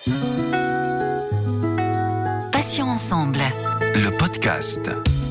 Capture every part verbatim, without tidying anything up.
Patients ensemble. Le podcast.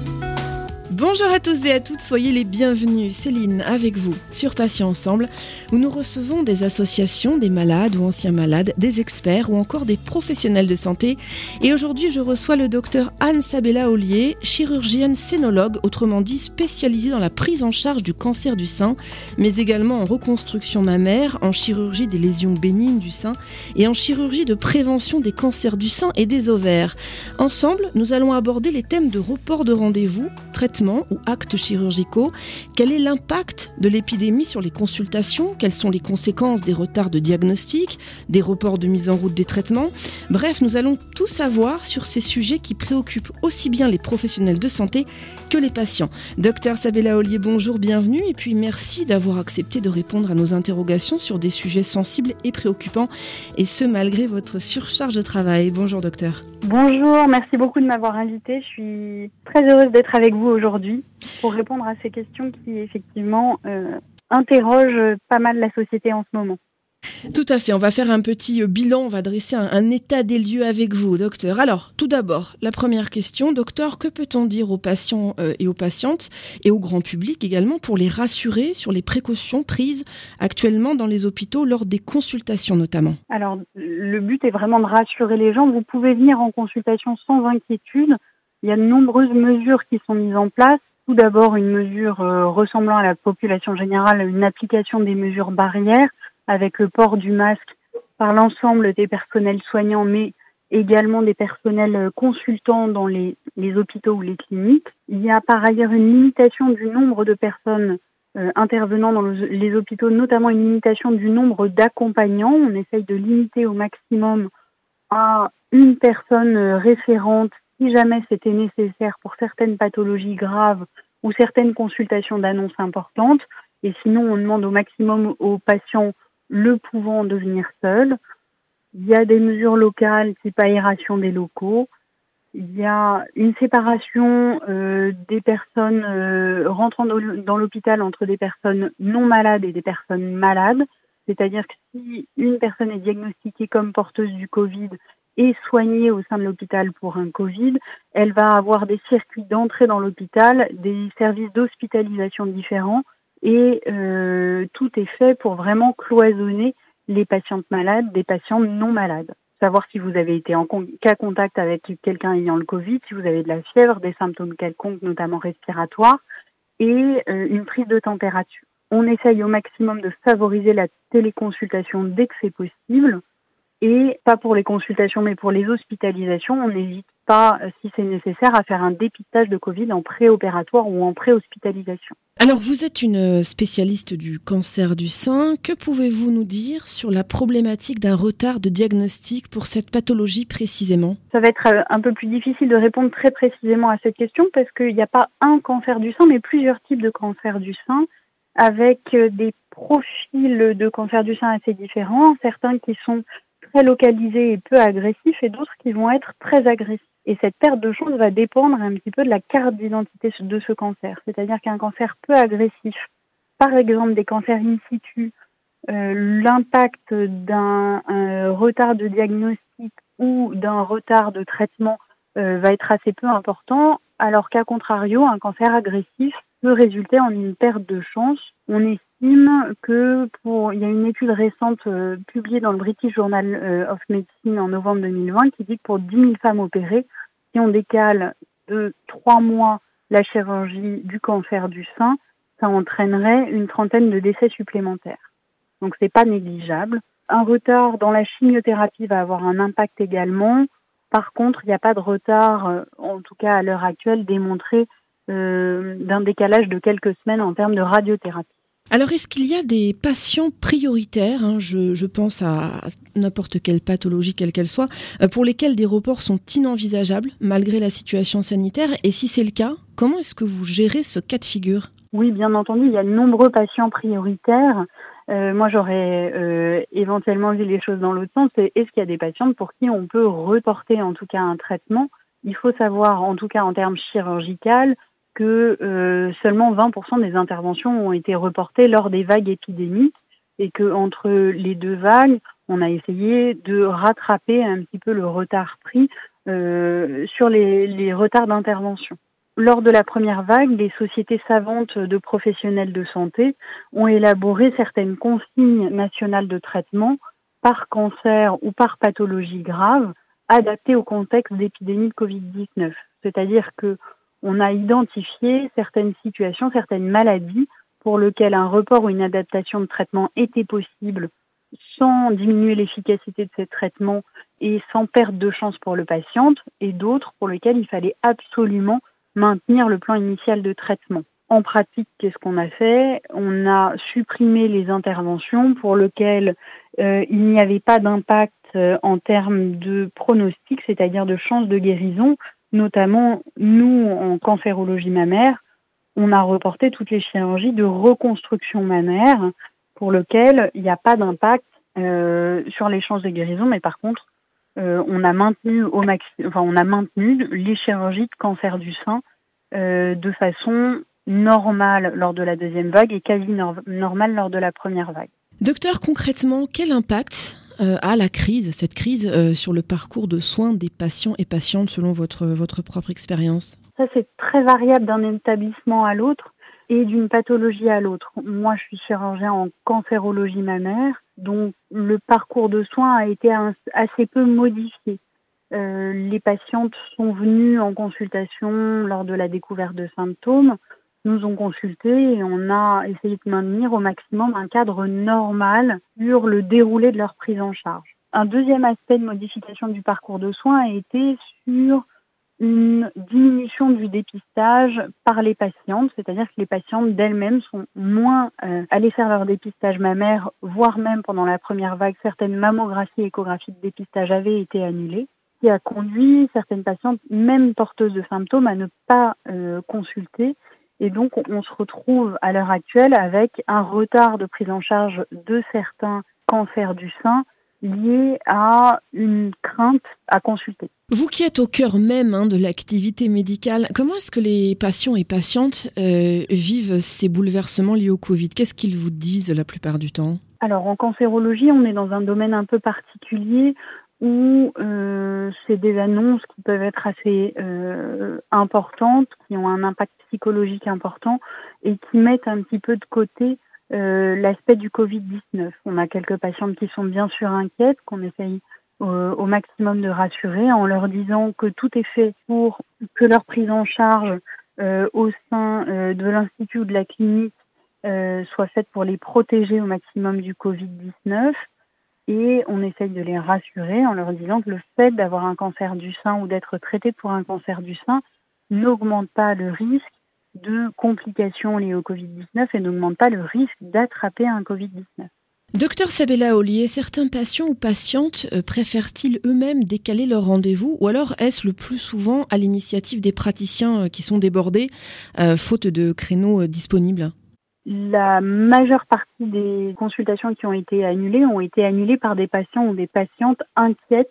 Bonjour à tous et à toutes, soyez les bienvenus. Céline avec vous sur Patients ensemble, où nous recevons des associations, des malades ou anciens malades, des experts ou encore des professionnels de santé. Et aujourd'hui, je reçois le docteur Anne-Sabella Ollier, chirurgienne sénologue, autrement dit spécialisée dans la prise en charge du cancer du sein, mais également en reconstruction mammaire, en chirurgie des lésions bénignes du sein et en chirurgie de prévention des cancers du sein et des ovaires. Ensemble, nous allons aborder les thèmes de report de rendez-vous, traitement ou actes chirurgicaux. Quel est l'impact de l'épidémie sur les consultations? Quelles sont les conséquences des retards de diagnostic, des reports de mise en route des traitements? Bref, nous allons tout savoir sur ces sujets qui préoccupent aussi bien les professionnels de santé que les patients. Docteur Sabella Ollier, bonjour, bienvenue et puis merci d'avoir accepté de répondre à nos interrogations sur des sujets sensibles et préoccupants, et ce malgré votre surcharge de travail. Bonjour docteur. Bonjour, merci beaucoup de m'avoir invitée. Je suis très heureuse d'être avec vous aujourd'hui pour répondre à ces questions qui effectivement euh, interrogent pas mal la société en ce moment. Tout à fait, on va faire un petit bilan, on va dresser un, un état des lieux avec vous, docteur. Alors, tout d'abord, la première question, docteur, que peut-on dire aux patients euh, et aux patientes et au grand public également pour les rassurer sur les précautions prises actuellement dans les hôpitaux lors des consultations notamment? Alors, le but est vraiment de rassurer les gens. Vous pouvez venir en consultation sans inquiétude. Il y a de nombreuses mesures qui sont mises en place. Tout d'abord, une mesure euh, ressemblant à la population générale, une application des mesures barrières, avec le port du masque par l'ensemble des personnels soignants, mais également des personnels consultants dans les, les hôpitaux ou les cliniques. Il y a par ailleurs une limitation du nombre de personnes euh, intervenant dans le, les hôpitaux, notamment une limitation du nombre d'accompagnants. On essaye de limiter au maximum à une personne référente si jamais c'était nécessaire pour certaines pathologies graves ou certaines consultations d'annonces importantes. Et sinon, on demande au maximum aux patients le pouvant de venir seul. Il y a des mesures locales type aération des locaux. Il y a une séparation euh, des personnes euh, rentrant dans l'hôpital entre des personnes non malades et des personnes malades. C'est-à-dire que si une personne est diagnostiquée comme porteuse du Covid et soignée au sein de l'hôpital pour un Covid, elle va avoir des circuits d'entrée dans l'hôpital, des services d'hospitalisation différents. Et euh, tout est fait pour vraiment cloisonner les patientes malades des patients non malades. Savoir si vous avez été en con- cas contact avec quelqu'un ayant le Covid, si vous avez de la fièvre, des symptômes quelconques, notamment respiratoires, et euh, une prise de température. On essaye au maximum de favoriser la téléconsultation dès que c'est possible. Et pas pour les consultations, mais pour les hospitalisations, on n'hésite pas, si c'est nécessaire, à faire un dépistage de Covid en préopératoire ou en préhospitalisation. Alors, vous êtes une spécialiste du cancer du sein. Que pouvez-vous nous dire sur la problématique d'un retard de diagnostic pour cette pathologie précisément? Ça va être un peu plus difficile de répondre très précisément à cette question parce qu'il n'y a pas un cancer du sein, mais plusieurs types de cancer du sein avec des profils de cancer du sein assez différents. Certains qui sont très localisés et peu agressifs et d'autres qui vont être très agressifs. Et cette perte de chance va dépendre un petit peu de la carte d'identité de ce cancer. C'est-à-dire qu'un cancer peu agressif, par exemple des cancers in situ, euh, l'impact d'un euh, retard de diagnostic ou d'un retard de traitement euh, va être assez peu important, alors qu'à contrario, un cancer agressif peut résulter en une perte de chance. On estime que pour, il y a une étude récente euh, publiée dans le British Journal euh, of Medicine en novembre deux mille vingt qui dit que pour dix mille femmes opérées, si on décale de trois mois la chirurgie du cancer du sein, ça entraînerait une trentaine de décès supplémentaires. Donc c'est pas négligeable. Un retard dans la chimiothérapie va avoir un impact également. Par contre, il n'y a pas de retard, euh, en tout cas à l'heure actuelle, démontré euh, d'un décalage de quelques semaines en termes de radiothérapie. Alors, est-ce qu'il y a des patients prioritaires, hein, je, je pense à n'importe quelle pathologie, quelle qu'elle soit, euh, pour lesquels des reports sont inenvisageables malgré la situation sanitaire? Et si c'est le cas, comment est-ce que vous gérez ce cas de figure? Oui, bien entendu, il y a de nombreux patients prioritaires. Euh, moi, j'aurais euh, éventuellement vu les choses dans l'autre sens. C'est est-ce qu'il y a des patientes pour qui on peut reporter en tout cas un traitement? Il faut savoir, en tout cas en termes chirurgicaux, que euh, seulement vingt pour cent des interventions ont été reportées lors des vagues épidémiques et que entre les deux vagues, On a essayé de rattraper un petit peu le retard pris euh, sur les, les retards d'intervention. Lors de la première vague, les sociétés savantes de professionnels de santé ont élaboré certaines consignes nationales de traitement par cancer ou par pathologie grave, adaptées au contexte d'épidémie de covid dix-neuf. C'est-à-dire que on a identifié certaines situations, certaines maladies pour lesquelles un report ou une adaptation de traitement était possible sans diminuer l'efficacité de ces traitements et sans perte de chance pour le patient, et d'autres pour lesquelles il fallait absolument maintenir le plan initial de traitement. En pratique, qu'est-ce qu'on a fait ? On a supprimé les interventions pour lesquelles euh, il n'y avait pas d'impact euh, en termes de pronostic, c'est-à-dire de chance de guérison. Notamment, nous, en cancérologie mammaire, on a reporté toutes les chirurgies de reconstruction mammaire pour lesquelles il n'y a pas d'impact euh, sur les chances de guérison, mais par contre, euh, on a maintenu au maxi, enfin, on a maintenu les chirurgies de cancer du sein euh, de façon normale lors de la deuxième vague et quasi nor- normale lors de la première vague. Docteur, concrètement, quel impact euh, a la crise, cette crise, euh, sur le parcours de soins des patients et patientes selon votre, votre propre expérience ? Ça, c'est très variable d'un établissement à l'autre et d'une pathologie à l'autre. Moi, je suis chirurgien en cancérologie mammaire, donc le parcours de soins a été un, assez peu modifié. Euh, les patientes sont venues en consultation lors de la découverte de symptômes, nous ont consulté et on a essayé de maintenir au maximum un cadre normal sur le déroulé de leur prise en charge. Un deuxième aspect de modification du parcours de soins a été sur une diminution du dépistage par les patientes, c'est-à-dire que les patientes d'elles-mêmes sont moins euh, allées faire leur dépistage mammaire, voire même pendant la première vague, certaines mammographies et échographies de dépistage avaient été annulées, ce qui a conduit certaines patientes, même porteuses de symptômes, à ne pas euh, consulter. Et donc, on se retrouve à l'heure actuelle avec un retard de prise en charge de certains cancers du sein lié à une crainte à consulter. Vous qui êtes au cœur même hein, de l'activité médicale, comment est-ce que les patients et patientes euh, vivent ces bouleversements liés au Covid ? Qu'est-ce qu'ils vous disent la plupart du temps ? Alors, en cancérologie, on est dans un domaine un peu particulier où euh, c'est des annonces qui peuvent être assez euh, importantes, qui ont un impact psychologique important et qui mettent un petit peu de côté euh, l'aspect du covid dix-neuf. On a quelques patientes qui sont bien sûr inquiètes, qu'on essaye euh, au maximum de rassurer en leur disant que tout est fait pour que leur prise en charge euh, au sein euh, de l'institut ou de la clinique euh, soit faite pour les protéger au maximum du covid dix-neuf. Et on essaye de les rassurer en leur disant que le fait d'avoir un cancer du sein ou d'être traité pour un cancer du sein n'augmente pas le risque de complications liées au covid dix-neuf et n'augmente pas le risque d'attraper un covid dix-neuf. Docteur Sabella Ollier, certains patients ou patientes préfèrent-ils eux-mêmes décaler leur rendez-vous ou alors est-ce le plus souvent à l'initiative des praticiens qui sont débordés, euh, faute de créneaux disponibles ? La majeure partie des consultations qui ont été annulées ont été annulées par des patients ou des patientes inquiètes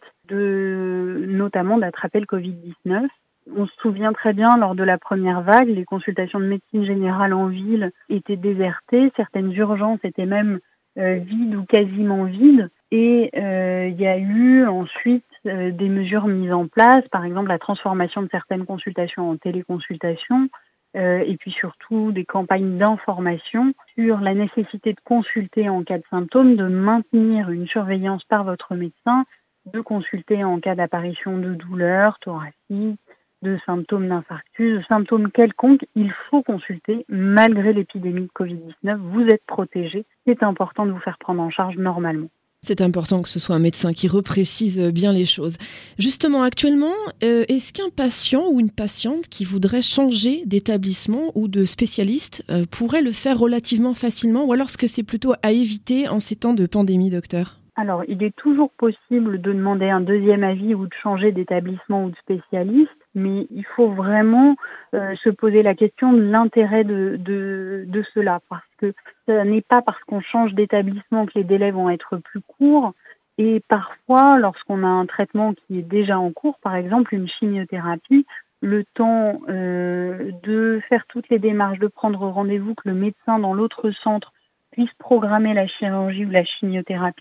de, notamment d'attraper le covid dix-neuf. On se souvient très bien, lors de la première vague, les consultations de médecine générale en ville étaient désertées, certaines urgences étaient même euh, vides ou quasiment vides. Et euh, il y a eu ensuite euh, des mesures mises en place, par exemple la transformation de certaines consultations en téléconsultations, Euh, et puis surtout des campagnes d'information sur la nécessité de consulter en cas de symptômes, de maintenir une surveillance par votre médecin, de consulter en cas d'apparition de douleurs thoraciques, de symptômes d'infarctus, de symptômes quelconques. Il faut consulter malgré l'épidémie de covid dix-neuf. Vous êtes protégé. C'est important de vous faire prendre en charge normalement. C'est important que ce soit un médecin qui reprécise bien les choses. Justement, actuellement, euh, est-ce qu'un patient ou une patiente qui voudrait changer d'établissement ou de spécialiste euh, pourrait le faire relativement facilement ou alors est-ce que c'est plutôt à éviter en ces temps de pandémie, docteur ? Alors, il est toujours possible de demander un deuxième avis ou de changer d'établissement ou de spécialiste, mais il faut vraiment euh, se poser la question de l'intérêt de, de, de cela, parce que ce n'est pas parce qu'on change d'établissement que les délais vont être plus courts, et parfois, lorsqu'on a un traitement qui est déjà en cours, par exemple une chimiothérapie, le temps euh, de faire toutes les démarches, de prendre rendez-vous, que le médecin dans l'autre centre puisse programmer la chirurgie ou la chimiothérapie,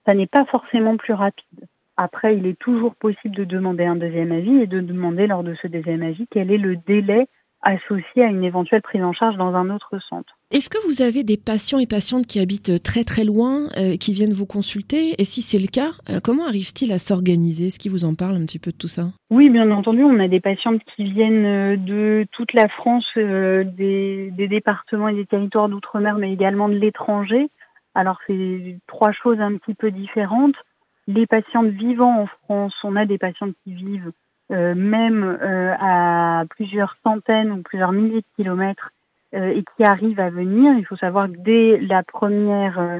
ça n'est pas forcément plus rapide. Après, il est toujours possible de demander un deuxième avis et de demander lors de ce deuxième avis quel est le délai associé à une éventuelle prise en charge dans un autre centre. Est-ce que vous avez des patients et patientes qui habitent très très loin, euh, qui viennent vous consulter ? Et si c'est le cas, euh, comment arrivent-ils à s'organiser ? Est-ce qu'ils vous en parlent un petit peu de tout ça ? Oui, bien entendu, on a des patientes qui viennent de toute la France, euh, des, des départements et des territoires d'outre-mer, mais également de l'étranger. Alors, c'est trois choses un petit peu différentes. Les patientes vivant en France, on a des patientes qui vivent euh, même euh, à plusieurs centaines ou plusieurs milliers de kilomètres euh, et qui arrivent à venir. Il faut savoir que dès la première, euh,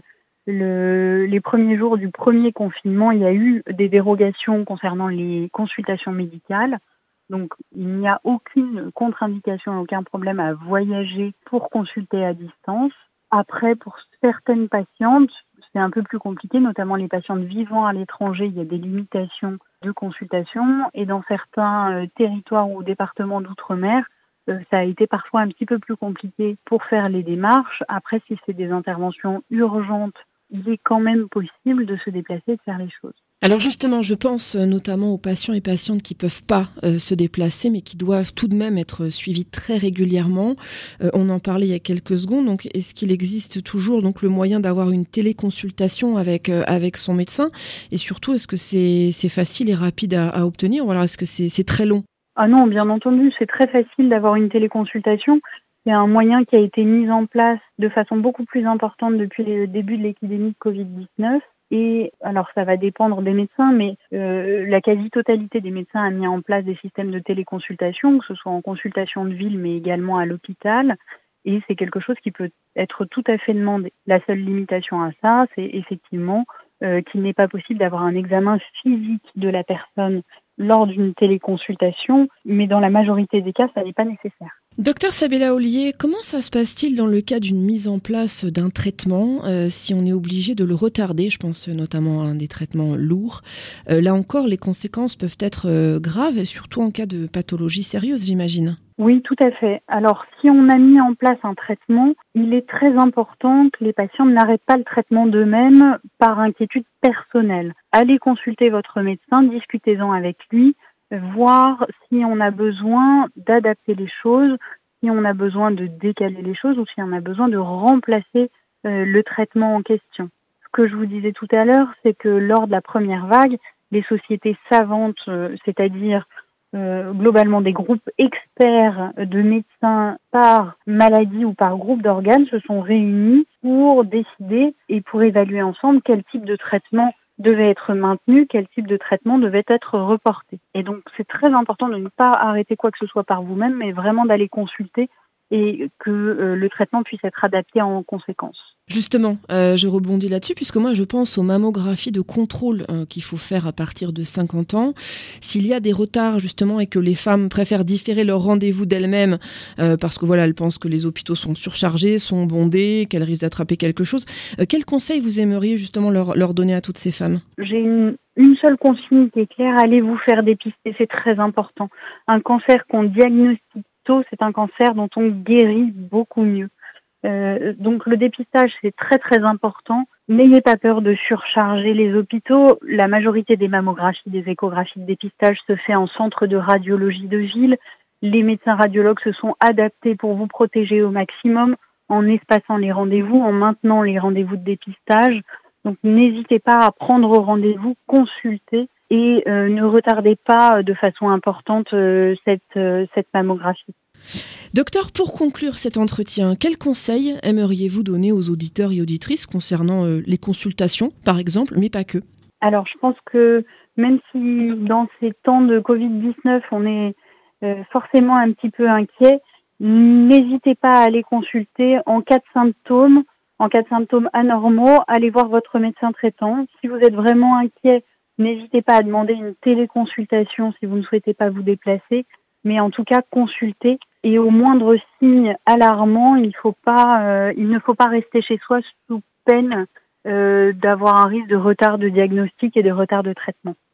le, les premiers jours du premier confinement, il y a eu des dérogations concernant les consultations médicales. Donc, il n'y a aucune contre-indication, aucun problème à voyager pour consulter à distance. Après, pour certaines patientes, c'est un peu plus compliqué, notamment les patientes vivant à l'étranger, il y a des limitations de consultation et dans certains euh, territoires ou départements d'outre-mer, euh, ça a été parfois un petit peu plus compliqué pour faire les démarches. Après, si c'est des interventions urgentes, il est quand même possible de se déplacer et de faire les choses. Alors justement, je pense notamment aux patients et patientes qui peuvent pas euh, se déplacer, mais qui doivent tout de même être suivis très régulièrement. Euh, on en parlait il y a quelques secondes. Donc, est-ce qu'il existe toujours donc le moyen d'avoir une téléconsultation avec euh, avec son médecin ? Et surtout, est-ce que c'est c'est facile et rapide à, à obtenir, ou alors est-ce que c'est c'est très long ? Ah non, bien entendu, c'est très facile d'avoir une téléconsultation. C'est un moyen qui a été mis en place de façon beaucoup plus importante depuis le début de l'épidémie de covid dix-neuf. Et alors ça va dépendre des médecins, mais euh, la quasi-totalité des médecins a mis en place des systèmes de téléconsultation, que ce soit en consultation de ville, mais également à l'hôpital. Et c'est quelque chose qui peut être tout à fait demandé. La seule limitation à ça, c'est effectivement euh, qu'il n'est pas possible d'avoir un examen physique de la personne lors d'une téléconsultation, mais dans la majorité des cas, ça n'est pas nécessaire. Docteur Sabella Ollier, comment ça se passe-t-il dans le cas d'une mise en place d'un traitement euh, si on est obligé de le retarder ? Je pense notamment à un des traitements lourds. Euh, là encore, les conséquences peuvent être euh, graves, surtout en cas de pathologie sérieuse, j'imagine. Oui, tout à fait. Alors, si on a mis en place un traitement, il est très important que les patients n'arrêtent pas le traitement d'eux-mêmes par inquiétude personnelle. Allez consulter votre médecin, discutez-en avec lui, voir si on a besoin d'adapter les choses, si on a besoin de décaler les choses ou si on a besoin de remplacer euh, le traitement en question. Ce que je vous disais tout à l'heure, c'est que lors de la première vague, les sociétés savantes, euh, c'est-à-dire euh, globalement des groupes experts de médecins par maladie ou par groupe d'organes, se sont réunis pour décider et pour évaluer ensemble quel type de traitement devait être maintenu, quel type de traitement devait être reporté. Et donc, c'est très important de ne pas arrêter quoi que ce soit par vous-même, mais vraiment d'aller consulter et que euh, le traitement puisse être adapté en conséquence. Justement, euh, je rebondis là-dessus, puisque moi, je pense aux mammographies de contrôle euh, qu'il faut faire à partir de cinquante ans. S'il y a des retards, justement, et que les femmes préfèrent différer leur rendez-vous d'elles-mêmes, euh, parce que voilà, elles pensent que les hôpitaux sont surchargés, sont bondés, qu'elles risquent d'attraper quelque chose, euh, quel conseil vous aimeriez justement leur, leur donner à toutes ces femmes ? J'ai une, une seule consigne qui est claire, allez vous faire dépister, c'est très important. Un cancer qu'on diagnostique tôt, c'est un cancer dont on guérit beaucoup mieux. Euh, donc le dépistage, c'est très très important. N'ayez pas peur de surcharger les hôpitaux. La majorité des mammographies, des échographies de dépistage se fait en centre de radiologie de ville. Les médecins radiologues se sont adaptés pour vous protéger au maximum en espaçant les rendez-vous, en maintenant les rendez-vous de dépistage. Donc n'hésitez pas à prendre rendez-vous, consulter et euh, ne retardez pas de façon importante euh, cette, euh, cette mammographie. Docteur, pour conclure cet entretien, quels conseils aimeriez-vous donner aux auditeurs et auditrices concernant euh, les consultations, par exemple, mais pas que ? Alors, je pense que même si dans ces temps de covid dix-neuf, on est euh, forcément un petit peu inquiet, n'hésitez pas à aller consulter en cas de symptômes, en cas de symptômes anormaux, allez voir votre médecin traitant. Si vous êtes vraiment inquiet, n'hésitez pas à demander une téléconsultation si vous ne souhaitez pas vous déplacer, mais en tout cas, consultez. Et au moindre signe alarmant, il faut pas, euh, il ne faut pas rester chez soi sous peine euh, d'avoir un risque de retard de diagnostic et de retard de traitement.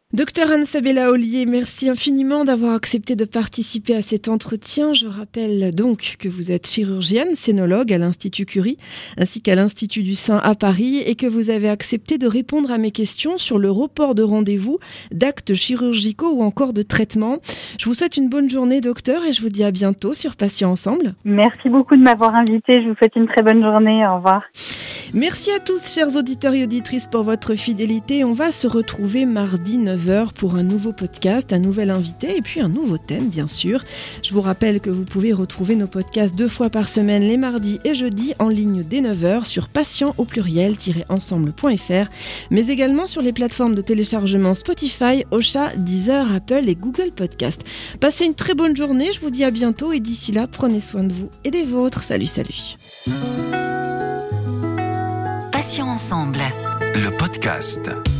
Docteur Anne-Sabella Ollier, merci infiniment d'avoir accepté de participer à cet entretien. Je rappelle donc que vous êtes chirurgienne, scénologue à l'Institut Curie ainsi qu'à l'Institut du Sein à Paris et que vous avez accepté de répondre à mes questions sur le report de rendez-vous, d'actes chirurgicaux ou encore de traitements. Je vous souhaite une bonne journée, docteur, et je vous dis à bientôt sur Patients Ensemble. Merci beaucoup de m'avoir invité. Je vous souhaite une très bonne journée. Au revoir. Merci à tous, chers auditeurs et auditrices, pour votre fidélité. On va se retrouver mardi neuf heures pour un nouveau podcast, un nouvel invité et puis un nouveau thème, bien sûr. Je vous rappelle que vous pouvez retrouver nos podcasts deux fois par semaine, les mardis et jeudis, en ligne dès neuf heures sur patient au pluriel-ensemble point f r, mais également sur les plateformes de téléchargement Spotify, Ocha, Deezer, Apple et Google Podcast. Passez une très bonne journée, je vous dis à bientôt et d'ici là, prenez soin de vous et des vôtres. Salut, salut. Patients Ensemble. Le podcast.